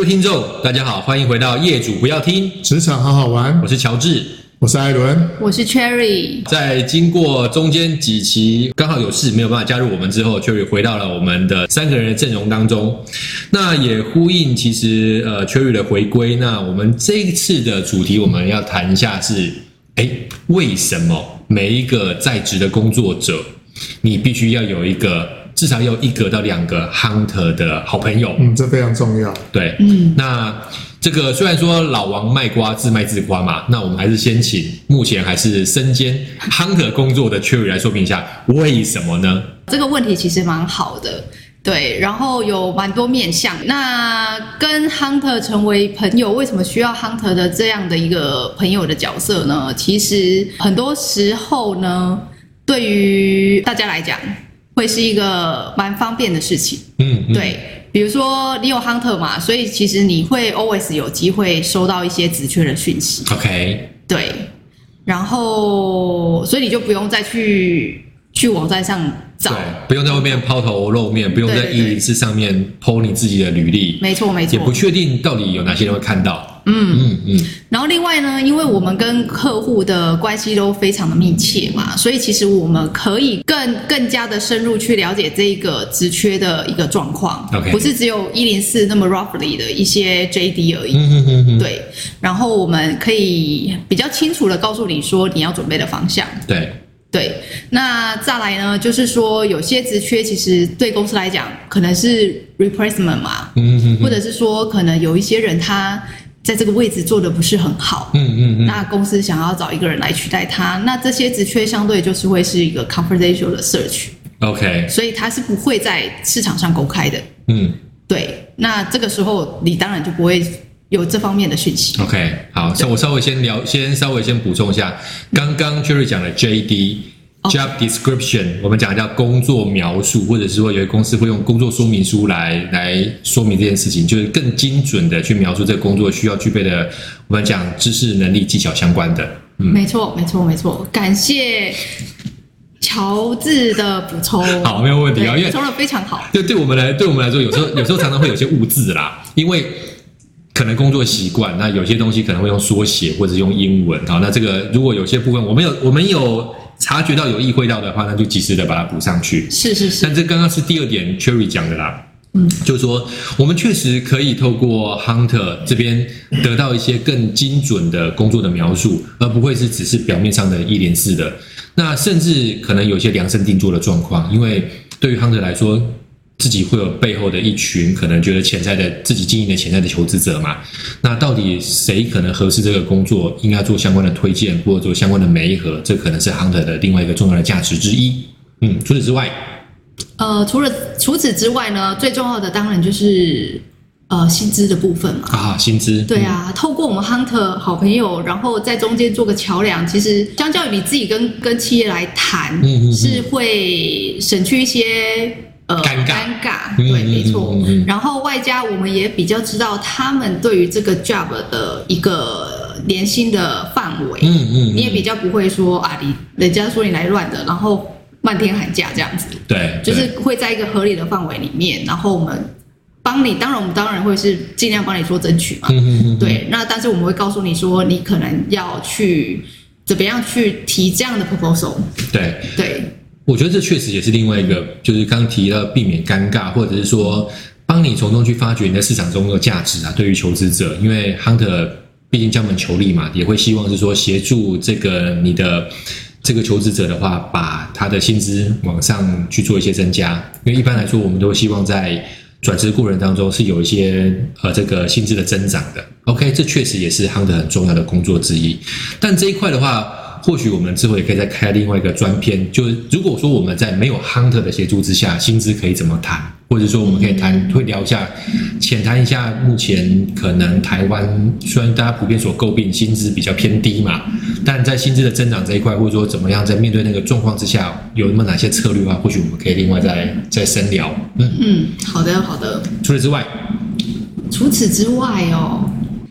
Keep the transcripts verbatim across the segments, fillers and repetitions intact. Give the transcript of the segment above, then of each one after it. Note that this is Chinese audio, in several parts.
位听众，大家好，欢迎回到业主不要听职场好好玩， 我是乔治， 我是艾伦， 我是 Cherry。 在经过中间几期刚好有事没有办法加入我们之后 Cherry 回到了我们的三个人的阵容当中。那也呼应其实呃 Cherry 的回归，那我们这一次的主题我们要谈一下是诶为什么每一个在职的工作者你必须要有一个至少要有一个到两个 hunter 的好朋友。 嗯，这非常重要。 对，嗯，那这个虽然说老王卖瓜自卖自夸嘛，那我们还是先请目前还是身兼 hunter 工作的 Cherry 来说明一下为什么呢？ 这个问题其实蛮好的，对，然后有蛮多面向。那跟 hunter 成为朋友，为什么需要 hunter 的这样的一个朋友的角色呢？其实很多时候呢，对于大家来讲会是一个蛮方便的事情。嗯，嗯对，比如说你有 hunter 嘛，所以其实你会 always 有机会收到一些职缺的讯息。 OK， 对，然后所以你就不用再去去网站上找， 对，不用在外面抛头露面，不用在一零四上面 po 你自己的履历， 没错没错， 也不确定到底有哪些人会看到。 嗯嗯嗯。然后另外呢，因为我们跟客户的关系都非常的密切嘛，所以其实我们可以更更加的深入去了解这个职缺的一个状况， okay. 不是只有一零四那么 roughly 的一些 J D 而已。 嗯哼哼哼对，然后我们可以比较清楚的告诉你说你要准备的方向。 对。 对，那再来呢，就是说有些职缺其实对公司来讲可能是 replacement 嘛，嗯嗯，或者是说可能有一些人他在这个位置做的不是很好，嗯嗯嗯，那公司想要找一个人来取代他，那这些职缺相对就是会是一个 confidential 的 search，OK， 所以它是不会在市场上公开的，嗯，对，那这个时候你当然就不会有这方面的讯息。 OK， 好，那我稍微先聊先稍微先补充一下刚刚 Cherry 讲的 J D、okay. Job Description， 我们讲的叫工作描述，或者是说有些公司会用工作说明书来来说明这件事情，就是更精准的去描述这个工作需要具备的我们讲知识能力技巧相关的。 嗯，没错没错没错，感谢乔治的补充。 好，没有问题啊，因为补充的非常好。 对，对我们来对我们来说，有时候有时候常常会有些误字啦，因为可能工作习惯，那有些东西可能会用缩写或者用英文。好，那这个如果有些部分我们有我们有察觉到有意会到的话，那就及时的把它补上去。 是是是。 但这刚刚是第二点 Cherry 讲的啦，嗯，就是说我们确实可以透过 Hunter 这边得到一些更精准的工作的描述，而不会是只是表面上的一连四的。那甚至可能有些量身定做的状况，因为对于 Hunter 来说，自己会有背后的一群可能觉得潜在的自己经营的潜在的求职者嘛，那到底谁可能合适这个工作，应该做相关的推荐或者做相关的媒合，这可能是 Hunter 的另外一个重要的价值之一。嗯，除此之外， 呃，除了除此之外呢，最重要的当然就是呃薪资的部分嘛。 啊，薪资。 对啊，嗯、透过我们 Hunter 好朋友，然后在中间做个桥梁，其实相较于你自己跟跟企业来谈，嗯嗯嗯是会省去一些。呃， 尴尬， 尴尬，对，没错、嗯嗯嗯。然后外加我们也比较知道他们对于这个 job 的一个年薪的范围，嗯 嗯, 嗯，你也比较不会说啊，你人家说你来乱的，然后漫天喊价这样子， 对， 就是会在一个合理的范围里面，然后我们帮你，当然我们当然会是尽量帮你做争取嘛，嗯嗯嗯，对。那但是我们会告诉你说，你可能要去怎么样去提这样的 proposal， 对对。 我觉得这确实也是另外一个，就是刚提到避免尴尬，或者是说帮你从中去发掘你在市场中的价值啊。对于求职者，因为 Hunter 毕竟将门求利嘛，也会希望是说协助这个你的这个求职者的话，把他的薪资往上去做一些增加。因为一般来说，我们都希望在转职过程当中是有一些呃这个薪资的增长的。OK， 这确实也是 Hunter 很重要的工作之一。但这一块的话，或许我们之后也可以再开另外一个专篇，就是如果说我们在没有 Hunter 的协助之下，薪资可以怎么谈，或者说我们可以谈，会聊一下，浅谈一下目前可能台湾虽然大家普遍所诟病薪资比较偏低嘛，但在薪资的增长这一块，或者说怎么样在面对那个状况之下，有那么哪些策略的话，或许我们可以另外再再深聊。嗯嗯，好的好的。 除此之外， 除此之外哦。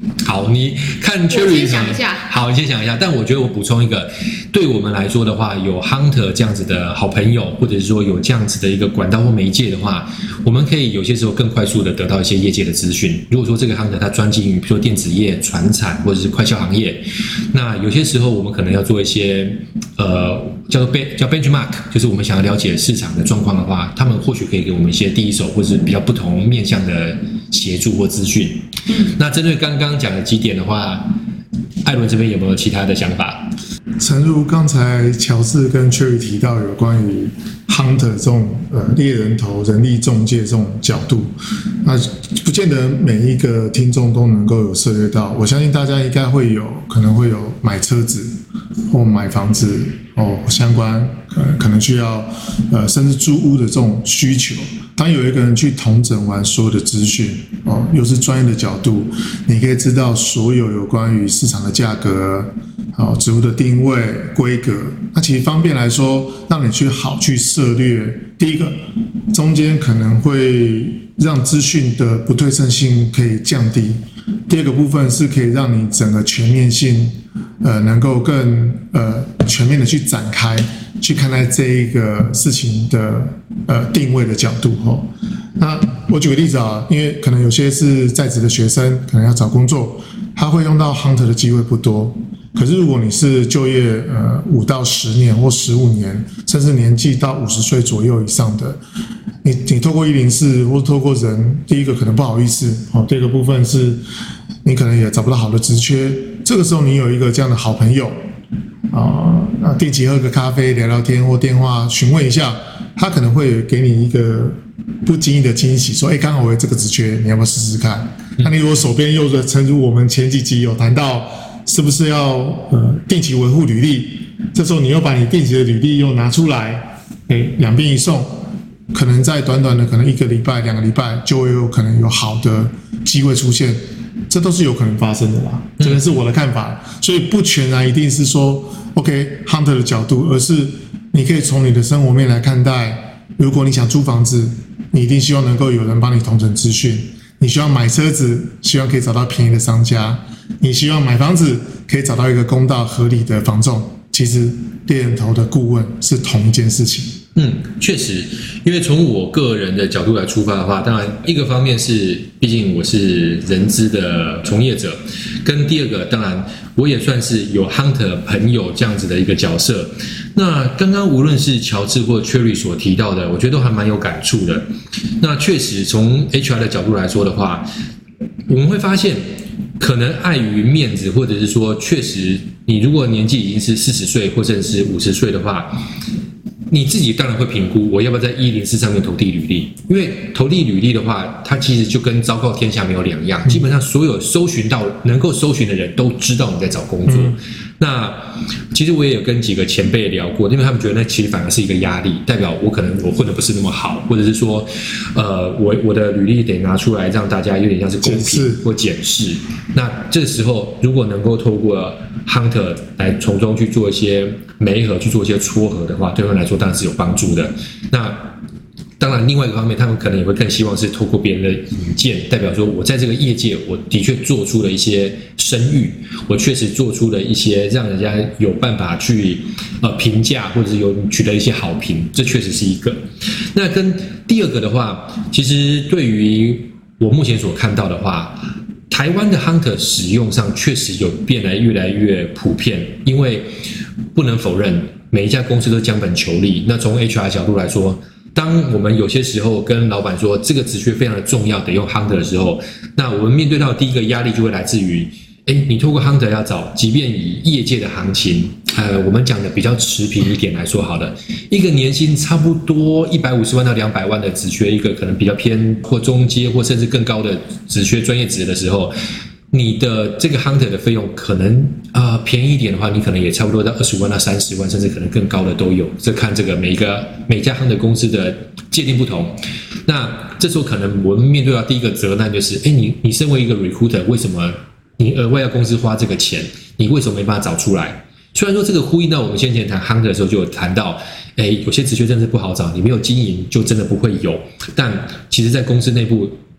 好，你看 Cherry， 我先想一下。 好，你先想一下。但我觉得我补充一个，对我们来说的话，有 Hunter 这样子的好朋友，或者是说有这样子的一个管道或媒介的话，我们可以有些时候更快速的得到一些业界的资讯。如果说这个 Hunter 他专精于比如说电子业、传产或者是快销行业，那有些时候我们可能要做一些呃叫做 ben 叫 benchmark， 就是我们想要了解市场的状况的话，他们或许可以给我们一些第一手或者是比较不同面向的协助或资讯。那针对刚刚讲的几点的话，艾伦这边有没有其他的想法？ 诚如刚才乔治跟 Cherry 提到有关于 Hunter 这种呃猎人头、人力中介这种角度，那不见得每一个听众都能够有涉猎到。我相信大家应该会有，可能会有买车子或买房子哦相关，可能可能需要呃甚至租屋的这种需求。当有一个人去统整完所有的资讯哦，又是专业的角度，你可以知道所有有关于市场的价格。好，植物的定位、规格，那其实方便来说，让你去好去涉略。第一个，中间可能会让资讯的不对称性可以降低；第二个部分是可以让你整个全面性，呃，能够更呃全面的去展开，去看待这一个事情的呃定位的角度吼。那我举个例子啊，因为可能有些是在职的学生，可能要找工作，他会用到 Hunter 的机会不多。可是如果你是就业呃五到十年或十五年，甚至年纪到五十岁左右以上的，你你透过一零四或透过人，第一个可能不好意思，哦，第二个部分是你可能也找不到好的职缺，这个时候你有一个这样的好朋友啊，那定期喝个咖啡聊聊天或电话询问一下，他可能会给你一个不经意的惊喜，说哎，刚好我有这个职缺，你要不要试试看？那你如果手边又的，诚如我们前几集有谈到。是不是要呃定期维护履历？这时候你又把你定期的履历又拿出来，哎，两边一送，可能在短短的可能一个礼拜、两个礼拜，就会有可能有好的机会出现，这都是有可能发生的啦。这个是我的看法，所以不全然一定是说 OK Hunter 的角度，而是你可以从你的生活面来看待。如果你想租房子，你一定希望能够有人帮你统整资讯。你希望买车子，希望可以找到便宜的商家；你希望买房子，可以找到一个公道合理的房仲。其实猎人头的顾问是同一件事情。 嗯，确实，因为从我个人的角度来出发的话，当然一个方面是，毕竟我是人资的从业者，跟第二个，当然我也算是有 Hunter 朋友这样子的一个角色。那刚刚无论是乔治或 Cherry 所提到的，我觉得都还蛮有感触的。那确实从 H R 的角度来说的话，我们会发现，可能碍于面子，或者是说，确实你如果年纪已经是四十岁或者是五十岁的话，你自己当然会评估我要不要在一零四上面投递履历，因为投递履历的话，它其实就跟昭告天下没有两样，基本上所有搜寻到能够搜寻的人都知道你在找工作。嗯、那其实我也有跟几个前辈聊过，因为他们觉得那其实反而是一个压力，代表我可能我混得不是那么好，或者是说，呃，我我的履历得拿出来让大家有点像是公平或检视。那这时候如果能够透过 Hunter 来从中去做一些媒合，去做一些撮合的话，对他们来说当然是有帮助的。那当然，另外一个方面，他们可能也会更希望是透过别人的引荐，代表说我在这个业界，我的确做出了一些声誉，我确实做出了一些让人家有办法去呃评价，或者是有取得一些好评，这确实是一个。那跟第二个的话，其实对于我目前所看到的话，台湾的 Hunter 使用上确实有变得越来越普遍，因为不能否认，每一家公司都将本求利。那从 H R 角度来说，当我们有些时候跟老板说这个职缺非常的重要，得用 Hunter 的时候，那我们面对到第一个压力就会来自于，哎，你透过 Hunter 要找，即便以业界的行情，呃，我们讲的比较持平一点来说好了，一个年薪差不多一百五十万到两百万的职缺，一个可能比较偏或中阶或甚至更高的职缺专业职的时候，你的这个 Hunter 的费用可能啊、呃、便宜一点的话，你可能也差不多到二十五万到三十万，甚至可能更高的都有。这看这个每一个每家 Hunter 公司的界定不同。那这时候可能我们面对到第一个责难就是，哎，你你身为一个 recruiter， 为什么你额外要公司花这个钱，你为什么没办法找出来？虽然说这个呼应到我们先前谈 Hunter 的时候就有谈到，哎，有些职缺真的是不好找，你没有经营就真的不会有。但其实在公司内部，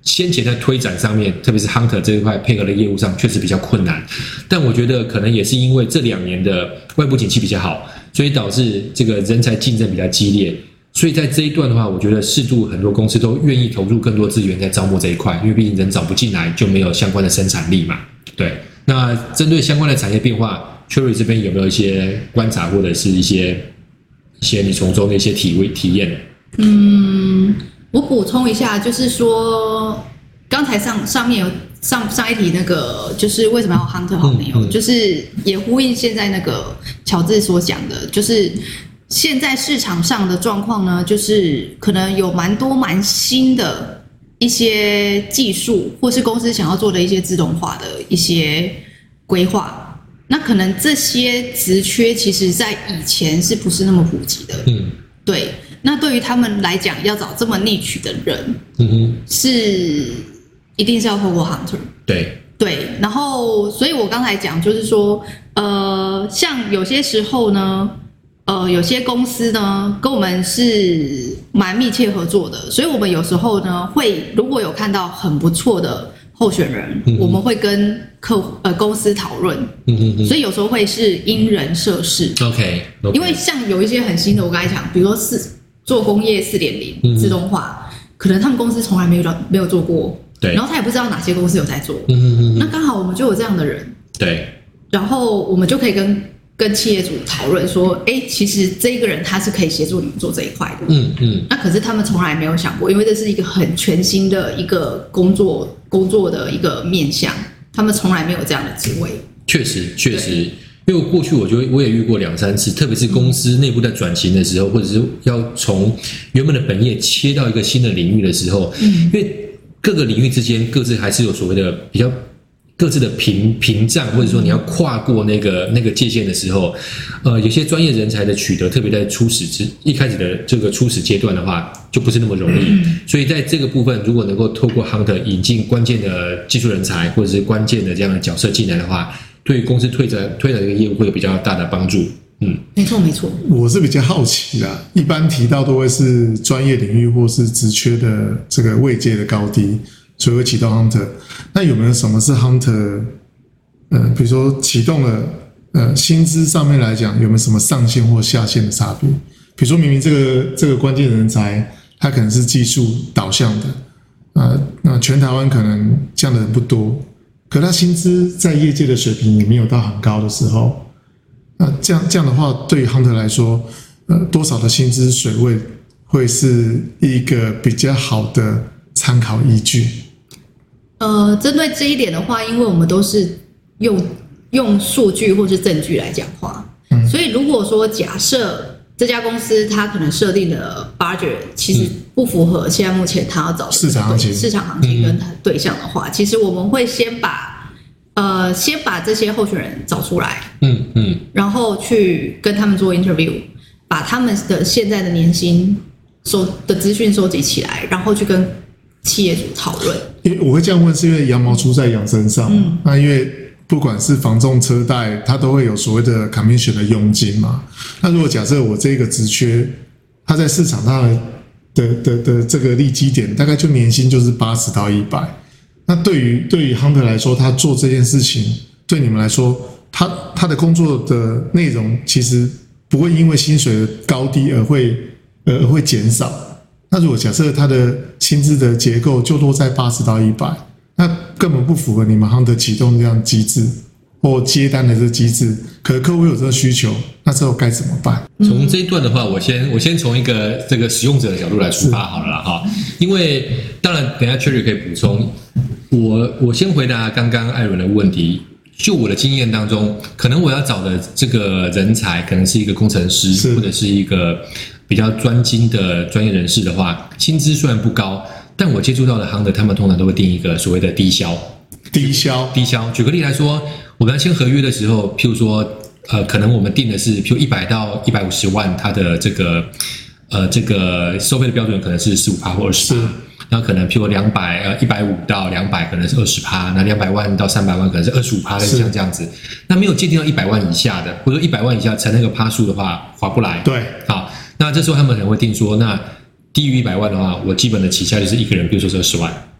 先前在推展上面，特别是 Hunter 这一块配合的业务上，确实比较困难。但我觉得可能也是因为这两年的外部景气比较好，所以导致这个人才竞争比较激烈。所以在这一段的话，我觉得适度很多公司都愿意投入更多资源在招募这一块，因为毕竟人找不进来，就没有相关的生产力嘛。对，那针对相关的产业变化 ，Cherry 这边有没有一些观察或者是一些一些你从中的一些体会体验？ 嗯。我补充一下，就是说，刚才上上面有上上一题那个，就是为什么要 Hunter 好朋友，嗯嗯、就是也呼应现在那个乔治所讲的，就是现在市场上的状况呢，就是可能有蛮多蛮新的一些技术，或是公司想要做的一些自动化的一些规划，那可能这些职缺其实在以前是不是那么普及的？嗯，对。那对于他们来讲，要找这么 niche 的人，嗯哼，是一定是要透过 Hunter。 对对，然后，所以我刚才讲就是说，呃，像有些时候呢，呃，有些公司呢跟我们是蛮密切合作的，所以我们有时候呢会如果有看到很不错的候选人，嗯、我们会跟客户呃公司讨论，嗯哼哼，所以有时候会是因人设事。 OK， 因为像有一些很新的，我刚才讲，比如说是。做工业 四点零 自动化，嗯、可能他们公司从来没有没有做过， 对， 然后他也不知道哪些公司有在做， 嗯嗯嗯， 那刚好我们就有这样的人， 对， 然后我们就可以跟跟企业主讨论说，哎，其实这一个人他是可以协助你们做这一块的， 嗯嗯， 那可是他们从来没有想过，因为这是一个很全新的一个工作工作的一个面向，他们从来没有这样的职位， 确实确实。因为过去我就我也遇过两三次，特别是公司内部在转型的时候，或者是要从原本的本业切到一个新的领域的时候，嗯，因为各个领域之间各自还是有所谓的比较各自的屏屏障，或者说你要跨过那个那个界限的时候，呃，有些专业人才的取得，特别在初始之一开始的这个初始阶段的话，就不是那么容易。嗯、所以在这个部分，如果能够透过 Hunter 引进关键的技术人才，或者是关键的这样的角色进来的话，对于公司推展推展这个业务会有比较大的帮助。嗯， 没错没错。 我是比较好奇啦，一般提到都会是专业领域或是职缺的这个位阶的高低，所以会启动 Hunter。那有没有什么是 Hunter？呃，比如说启动了，呃，薪资上面来讲，有没有什么上限或下限的差别？比如说明明这个这个关键人才，他可能是技术导向的，呃，那全台湾可能这样的人不多。可他薪资在业界的水平也没有到很高的时候，那这样这样的话，对于 Hunter 来说，呃，多少的薪资水位会是一个比较好的参考依据？ 呃，针对这一点的话，因为我们都是用用数据或是证据来讲话，嗯，所以如果说假设这家公司它可能设定的 budget 其实不符合现在目前它要找的市场行情、 市场行情跟对象的话，嗯、其实我们会先把呃先把这些候选人找出来， 嗯嗯， 然后去跟他们做 interview， 把他们的现在的年薪收的资讯收集起来，然后去跟企业主讨论。 因为我会这样问，是因为羊毛出在羊身上，嗯，那因为不管是房仲车贷，它都会有所谓的 commission 的佣金嘛。那如果假设我这个职缺，它在市场上的的的的这个利基点，大概就年薪就是八十到一百。那对于对于 Hunter 来说，他做这件事情，对你们来说，他他的工作的内容其实不会因为薪水的高低而会而会减少。那如果假设他的薪资的结构就落在八十到一百，那根本不符合你们 Hunter 启动这样机制或接单的这个机制。可是客户有这个需求，那之后该怎么办？ 从这一段的话，我先我先从一个这个使用者的角度来出发好了啦哈。因为当然等一下 Cherry 可以补充，我我先回答刚刚艾伦的问题。就我的经验当中，可能我要找的这个人才可能是一个工程师，或者是一个比较专精的专业人士的话，薪资虽然不高，但我接触到的行的，他们通常都会定一个所谓的低消。 低消， 低消。举个例来说，我们签合约的时候，譬如说，呃，可能我们定的是，譬如一百到一百五十万，它的这个呃这个收费的标准可能是十五趴或二十趴。那可能譬如两百呃一百五到两百可能是二十趴，那两百万到三百万可能是二十五趴，类似像这样子。那没有界定到一百万以下的，或者说一百万以下乘那个趴数的话，划不来。 对， 好，那这时候他们可能会定说，那低于一百万的话，我基本的起价就是一个人，比如说是二十万。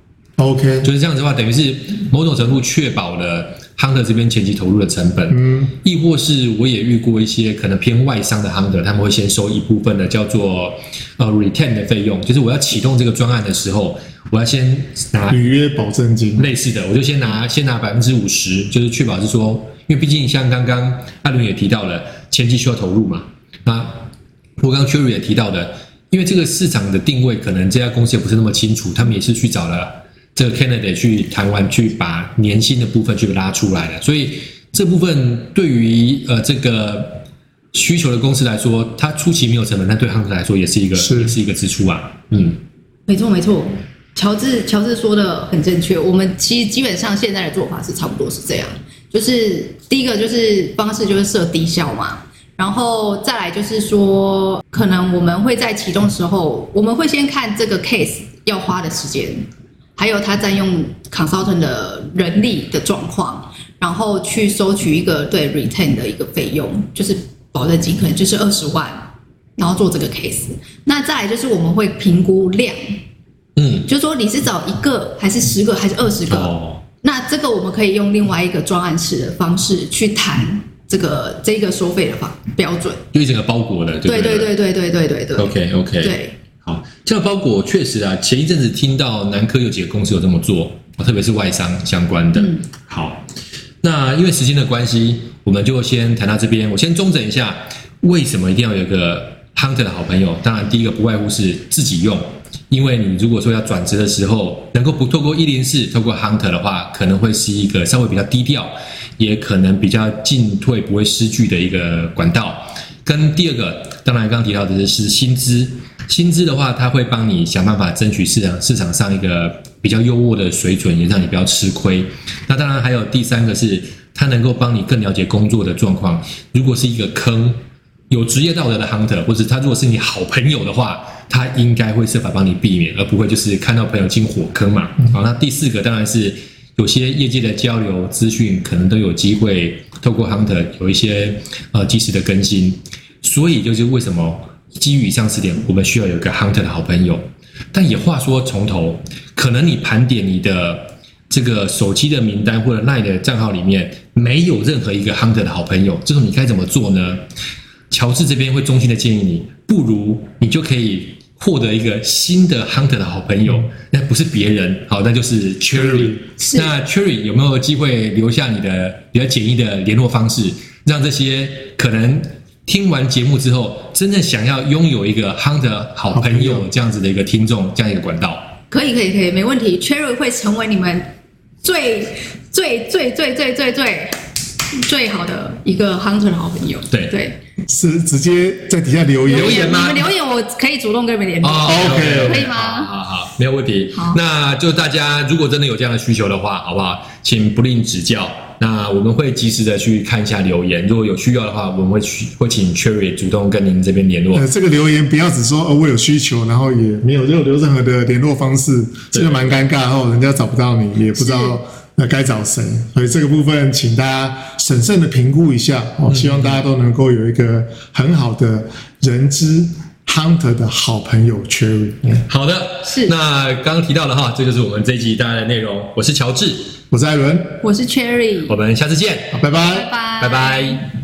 OK， 就是这样子的话，等于是某种程度确保了 Hunter 这边前期投入的成本。嗯，亦或是我也遇过一些可能偏外商的 Hunter， 他们会先收一部分的叫做呃 retain 的费用，就是我要启动这个专案的时候，我要先拿履约保证金类似的，我就先拿先拿百分之五十，就是确保是说，因为毕竟像刚刚艾伦也提到了，前期需要投入嘛。那我刚刚 Cherry 也提到的，因为这个市场的定位可能这家公司也不是那么清楚，他们也是去找了这个 candidate 去谈完，去把年薪的部分去拉出来了，所以这部分对于呃这个需求的公司来说，它初期没有成本，但对 Hunter 来说也是一个是也是一个支出啊。嗯， 没错没错，乔治乔治说的很正确。我们其实基本上现在的做法是差不多是这样，就是第一个就是方式就是设低效嘛。然后再来就是说，可能我们会在启动的时候，我们会先看这个 case 要花的时间，还有他占用 consultant 的人力的状况，然后去收取一个对 retain 的一个费用，就是保证金可能就是二十万，然后做这个 case。那再来就是我们会评估量，嗯，就是说你是找一个还是十个还是二十个，哦，那这个我们可以用另外一个专案式的方式去谈。这个这个收费的方标准， 就一整个包裹的，对不对？ 对对对对对对对对。 OK OK。 对， 好，这个包裹确实啊，前一阵子听到南科有几个公司有这么做，特别是外商相关的。嗯，好，那因为时间的关系，我们就先谈到这边。我先综整一下，为什么一定要有一个 Hunter 的好朋友？当然，第一个不外乎是自己用。因为你如果说要转职的时候，能够不透过一零四，透过 Hunter 的话，可能会是一个稍微比较低调，也可能比较进退不会失据的一个管道。跟第二个，当然刚刚提到的是薪资，薪资的话，它会帮你想办法争取市场市场上一个比较优渥的水准，也让你不要吃亏。那当然还有第三个是，它能够帮你更了解工作的状况。如果是一个坑，有职业道德的 Hunter， 或者他如果是你好朋友的话，他应该会设法帮你避免，而不会就是看到朋友进火坑嘛。好，那第四个当然是有些业界的交流资讯，可能都有机会透过 Hunter 有一些呃及时的更新。所以就是为什么基于以上四点，我们需要有一个 Hunter 的好朋友。但也话说从头，可能你盘点你的这个手机的名单或者 LINE 的账号里面，没有任何一个 Hunter 的好朋友，这种你该怎么做呢？乔治这边会衷心的建议你，不如你就可以获得一个新的 Hunter 的好朋友，那不是别人，好，那就是 Cherry。那 Cherry 有没有机会留下你的比较简易的联络方式，让这些可能听完节目之后，真正想要拥有一个 Hunter 好朋友这样子的一个听众，这样一个管道？ 可以，可以，可以，没问题。Cherry 会成为你们最最最最最最最最好的一个 Hunter 的好朋友。 对对。 是直接在底下留言留言吗？ 你们留言我可以主动跟你们联络。 哦 ，OK， 可以吗？ 好好好，没有问题。那就大家如果真的有这样的需求的话，好不好？请不吝指教。那我们会及时的去看一下留言，如果有需要的话，我们会去会请 Cherry 主动跟您这边联络。 呃，这个留言不要只说哦我有需求，然后也没有留任何的联络方式，这个蛮尴尬，然后人家找不到你，也不知道那该找谁，所以这个部分请大家审慎的评估一下哦，希望大家都能够有一个很好的人资 Hunter 的好朋友 Cherry。 好的， 是。 那刚刚提到的哈，这就是我们这一集大家的内容。我是乔治， 我是艾伦， 我是 Cherry， 我们下次见， 好，拜拜， 拜拜， 拜拜。